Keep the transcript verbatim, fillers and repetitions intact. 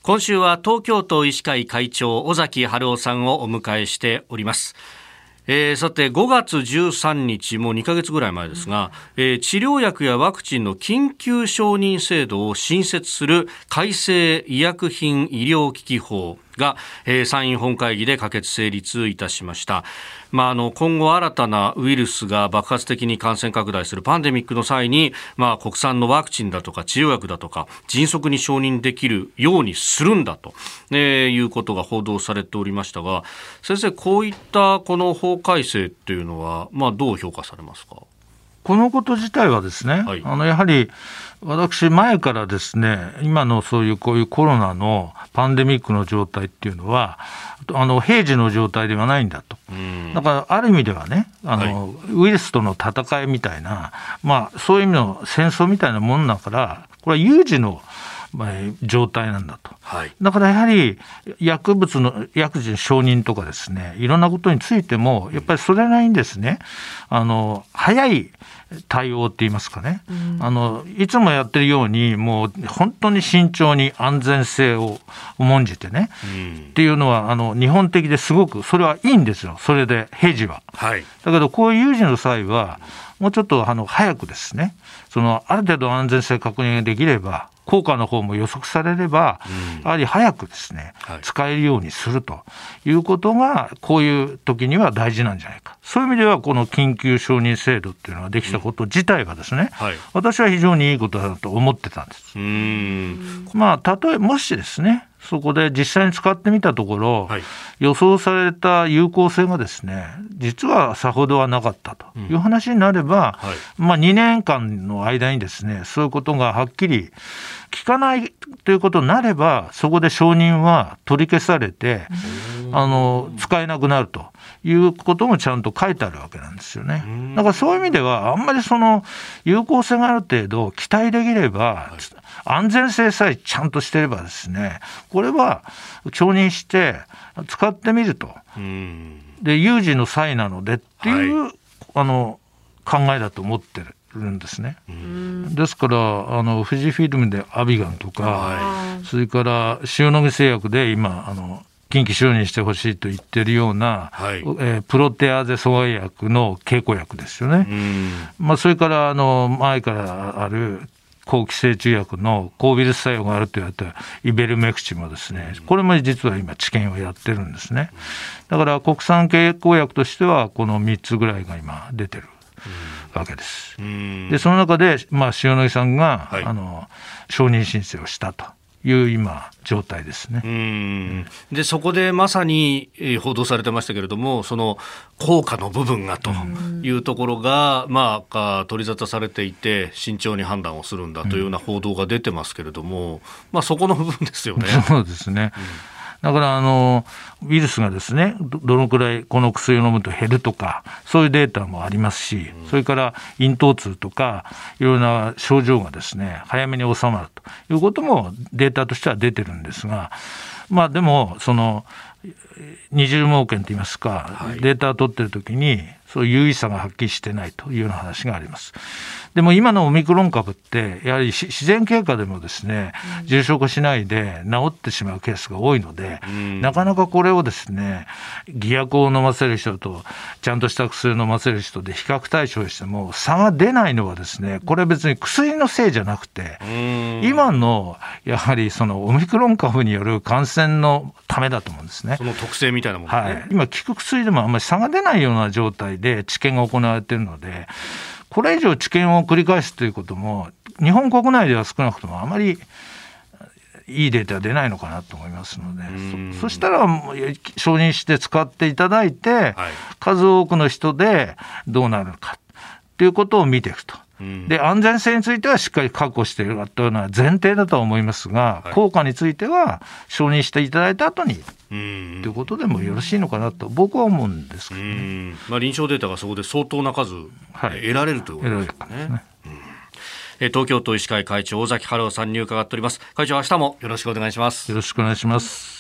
今週は東京都医師会会長尾崎治夫さんをお迎えしております。えー、さてごがつじゅうさんにち、もうにかげつぐらい前ですが、えー、治療薬やワクチンの緊急承認制度を新設する改正医薬品医療機器法が、えー、参院本会議で可決成立いたしました。まあ、あの今後新たなウイルスが爆発的に感染拡大するパンデミックの際に、まあ、国産のワクチンだとか治療薬だとか迅速に承認できるようにするんだと、えー、いうことが報道されておりましたが、先生、こういったこの法改正っていうのは、まあ、どう評価されますか？ このこと自体はですね、はい、あのやはり私前からですね、今のそういうこういうコロナのパンデミックの状態っていうのはあの平時の状態ではないんだと。だからある意味ではね、あの、はい、ウイルスとの戦いみたいな、まあ、そういう意味の戦争みたいなもんだから、これは有事の状態なんだと、はい、だからやはり薬物の薬事の承認とかですね、いろんなことについてもやっぱりそれなりにですね、あの早い対応って言いますかね、うん、あのいつもやってるようにもう本当に慎重に安全性を重んじてね、うん、っていうのはあの日本的ですごくそれはいいんですよ。それで平時は、はい、だけどこういう有事の際はもうちょっとあの早くですね、そのある程度安全性確認ができれば効果の方も予測されれば、うん、やはり早くですね、はい、使えるようにするということがこういう時には大事なんじゃないか。そういう意味ではこの緊急承認制度っていうのができたこと自体がですね、うんはい、私は非常にいいことだと思ってたんです。うーん、まあ、例えもしですね、そこで実際に使ってみたところ、はい、予想された有効性がですね、実はさほどはなかったという話になれば、うんはいまあ、にねんかんの間にですね、そういうことがはっきり効かないということになれば、そこで承認は取り消されて、あの使えなくなるということもちゃんと書いてあるわけなんですよね。だからそういう意味ではあんまりその有効性がある程度期待できれば、はい、安全性さえちゃんとしてればですね、これは承認して使ってみると、で有事の際なのでっていう、はい、あの考えだと思ってるんですね。ですからあの富士フィルムでアビガンとか、はい、それから塩野義製薬で今あの近畿承認してほしいと言ってるような、はいえー、プロテアーゼ阻害薬の経口薬ですよね。まあ、それからあの前からある抗寄生虫薬の抗ウイルス作用があると言われたイベルメクチもですね、これも実は今治験をやってるんですね。だから国産経口薬としてはこのみっつぐらいが今出てるわけです。でその中で、まあ、塩野義さんが、はい、あの承認申請をしたという今状態ですね。 うんでそこでまさに、えー、報道されてましたけれども、その効果の部分がというところが、まあ、取り沙汰されていて慎重に判断をするんだというような報道が出てますけれども、うんまあ、そこの部分ですよね。 そうですね、うんだからあのウイルスがですね ど, どのくらいこの薬を飲むと減るとかそういうデータもありますし、うん、それから咽頭痛とかいろんな症状がですね早めに収まるということもデータとしては出てるんですが、まあでもその二重盲検といいますか、はい、データを取っているときにそういう有意差がはっきりしてないというような話があります。でも今のオミクロン株ってやはり自然経過でもですね、うん、重症化しないで治ってしまうケースが多いので、うん、なかなかこれをですね偽薬を飲ませる人とちゃんとした薬を飲ませる人で比較対象しても差が出ないのはですね、これは別に薬のせいじゃなくて、うん、今のやはりそのオミクロン株による感染のためだと思うんですね。 その特性みたいなもの、ねはい、 今効く薬でもあんまり差が出ないような状態で治験が行われているので、これ以上治験を繰り返すということも日本国内では少なくともあまりいいデータは出ないのかなと思いますので、 そ, そしたら承認して使っていただいて、はい、数多くの人でどうなるかということを見ていくと。で安全性についてはしっかり確保しているというのは前提だとは思いますが、はい、効果については承認していただいた後にということでもよろしいのかなと僕は思うんですけどね。 うんまあ、臨床データがそこで相当な数、はい、得られるということですかね。ねうんえ東京都医師会会長尾崎治夫さんに伺っております。会長、明日もよろしくお願いします。 よろしくお願いします。